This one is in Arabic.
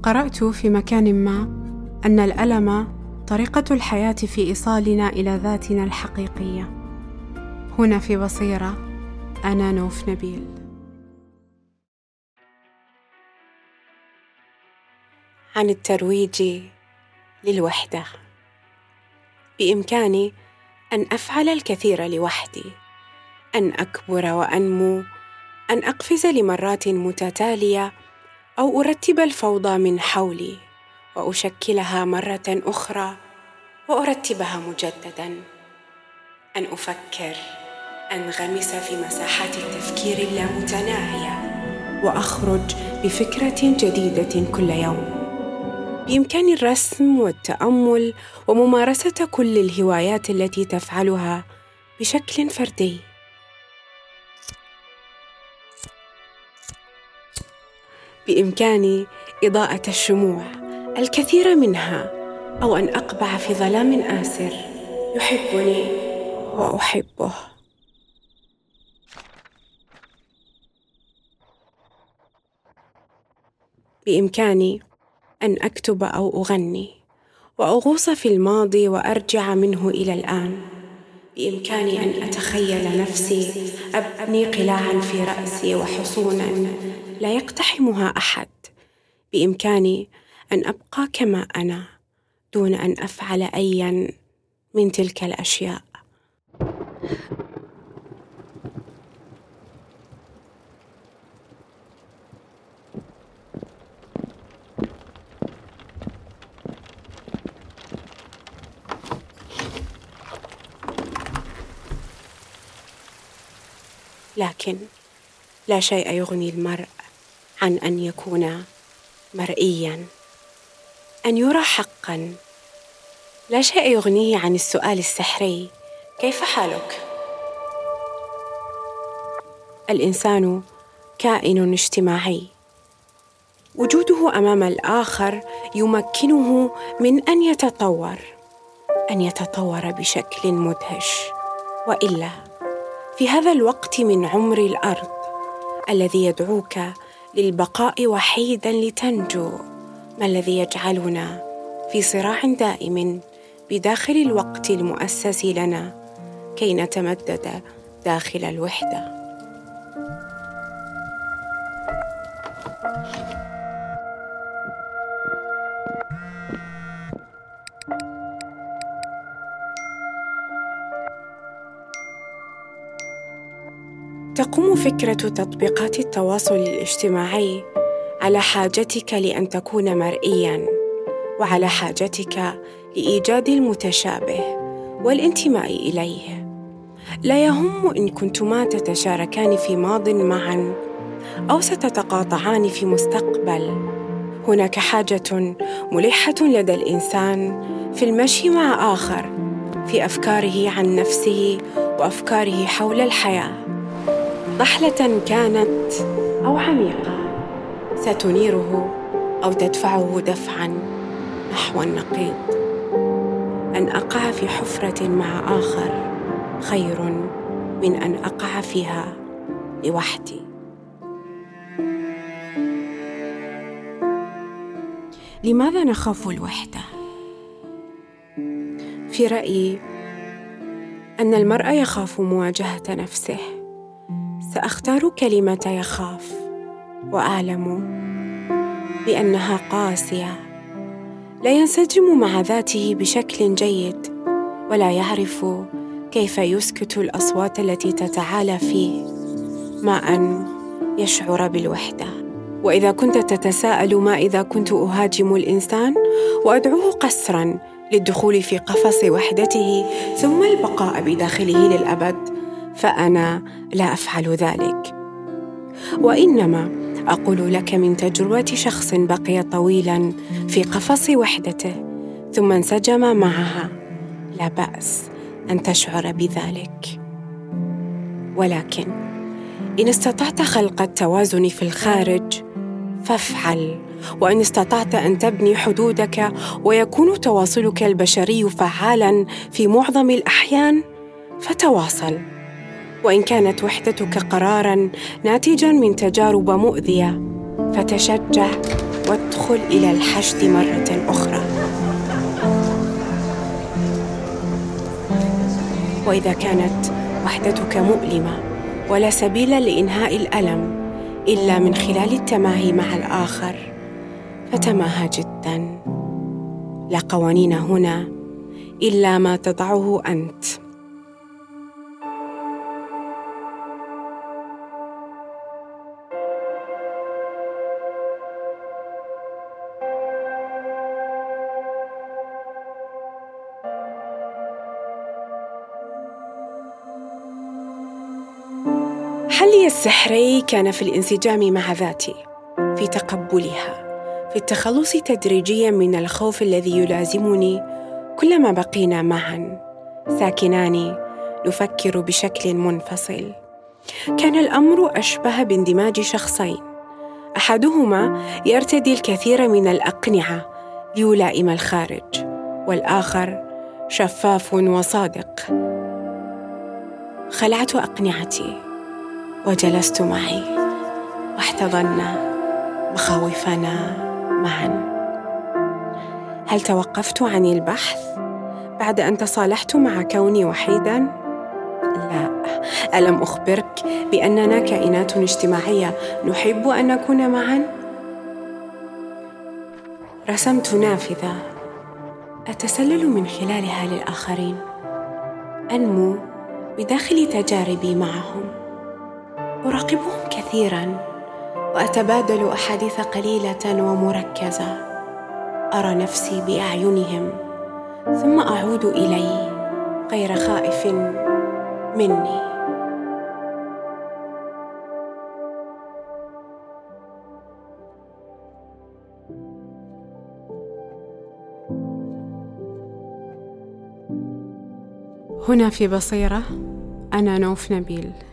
قرأت في مكان ما أن الألم طريقة الحياة في إيصالنا إلى ذاتنا الحقيقية. هنا في بصيرة، أنا نوف نبيل. عن الترويج للوحدة. بإمكاني أن أفعل الكثير لوحدي، أن أكبر وأنمو، أن أقفز لمرات متتالية، أو أرتب الفوضى من حولي وأشكلها مرة أخرى وأرتبها مجدداً، أن أفكر، أنغمس في مساحات التفكير اللامتناهية وأخرج بفكرة جديدة كل يوم. بإمكاني الرسم والتأمل وممارسة كل الهوايات التي تفعلها بشكل فردي. بإمكاني إضاءة الشموع، الكثير منها، أو أن أقبع في ظلام آسر يحبني وأحبه. بإمكاني أن أكتب أو أغني وأغوص في الماضي وأرجع منه إلى الآن. بإمكاني أن أتخيل نفسي أبني قلاعاً في رأسي وحصوناً لا يقتحمها أحد. بإمكاني أن أبقى كما أنا دون أن أفعل أياً من تلك الأشياء. لكن لا شيء يغني المرء عن أن يكون مرئياً، أن يرى حقاً. لا شيء يغنيه عن السؤال السحري: كيف حالك؟ الإنسان كائن اجتماعي، وجوده أمام الآخر يمكنه من أن يتطور بشكل مدهش. وإلا في هذا الوقت من عمر الأرض الذي يدعوك للبقاء وحيداً لتنجو، ما الذي يجعلنا في صراع دائم بداخل الوقت المؤسس لنا كي نتمدد داخل الوحدة؟ تقوم فكرة تطبيقات التواصل الاجتماعي على حاجتك لأن تكون مرئياً، وعلى حاجتك لإيجاد المتشابه والانتماء إليه. لا يهم إن كنتما تتشاركان في ماضٍ معاً أو ستتقاطعان في مستقبل. هناك حاجة ملحة لدى الإنسان في المشي مع آخر في أفكاره عن نفسه وأفكاره حول الحياة، ضحلة كانت أو عميقة ستنيره أو تدفعه دفعاً نحو النقيض. أن أقع في حفرة مع آخر خير من أن أقع فيها لوحدي. لماذا نخاف الوحدة؟ في رأيي أن المرء يخاف مواجهة نفسه. سأختار كلمة يخاف، وأعلم بأنها قاسية. لا ينسجم مع ذاته بشكل جيد، ولا يعرف كيف يسكت الأصوات التي تتعالى فيه ما أن يشعر بالوحدة. وإذا كنت تتساءل ما إذا كنت أهاجم الإنسان وأدعوه قسراً للدخول في قفص وحدته ثم البقاء بداخله للأبد، فأنا لا أفعل ذلك. وإنما أقول لك من تجربة شخص بقي طويلاً في قفص وحدته ثم انسجم معها. لا بأس أن تشعر بذلك، ولكن إن استطعت خلق التوازن في الخارج فافعل. وإن استطعت أن تبني حدودك ويكون تواصلك البشري فعالاً في معظم الأحيان فتواصل. وإن كانت وحدتك قراراً ناتجاً من تجارب مؤذية فتشجع وادخل إلى الحشد مرة أخرى. وإذا كانت وحدتك مؤلمة ولا سبيل لإنهاء الألم إلا من خلال التماهي مع الآخر، فتماهى جداً. لا قوانين هنا إلا ما تضعه أنت. حلي السحري كان في الانسجام مع ذاتي، في تقبلها، في التخلص تدريجياً من الخوف الذي يلازمني كلما بقينا معاً ساكنان نفكر بشكل منفصل. كان الأمر أشبه باندماج شخصين، أحدهما يرتدي الكثير من الأقنعة ليلائم الخارج، والآخر شفاف وصادق. خلعت أقنعتي وجلست معي واحتضنا مخاوفنا معا. هل توقفت عن البحث بعد أن تصالحت مع كوني وحيدا؟ لا، ألم أخبرك بأننا كائنات اجتماعية نحب أن نكون معا؟ رسمت نافذة أتسلل من خلالها للآخرين، أنمو بداخل تجاربي معهم، أراقبهم كثيراً وأتبادل أحاديث قليلة ومركزة، أرى نفسي بأعينهم ثم أعود إلي غير خائف مني. هنا في بصيرة، أنا نوف نبيل.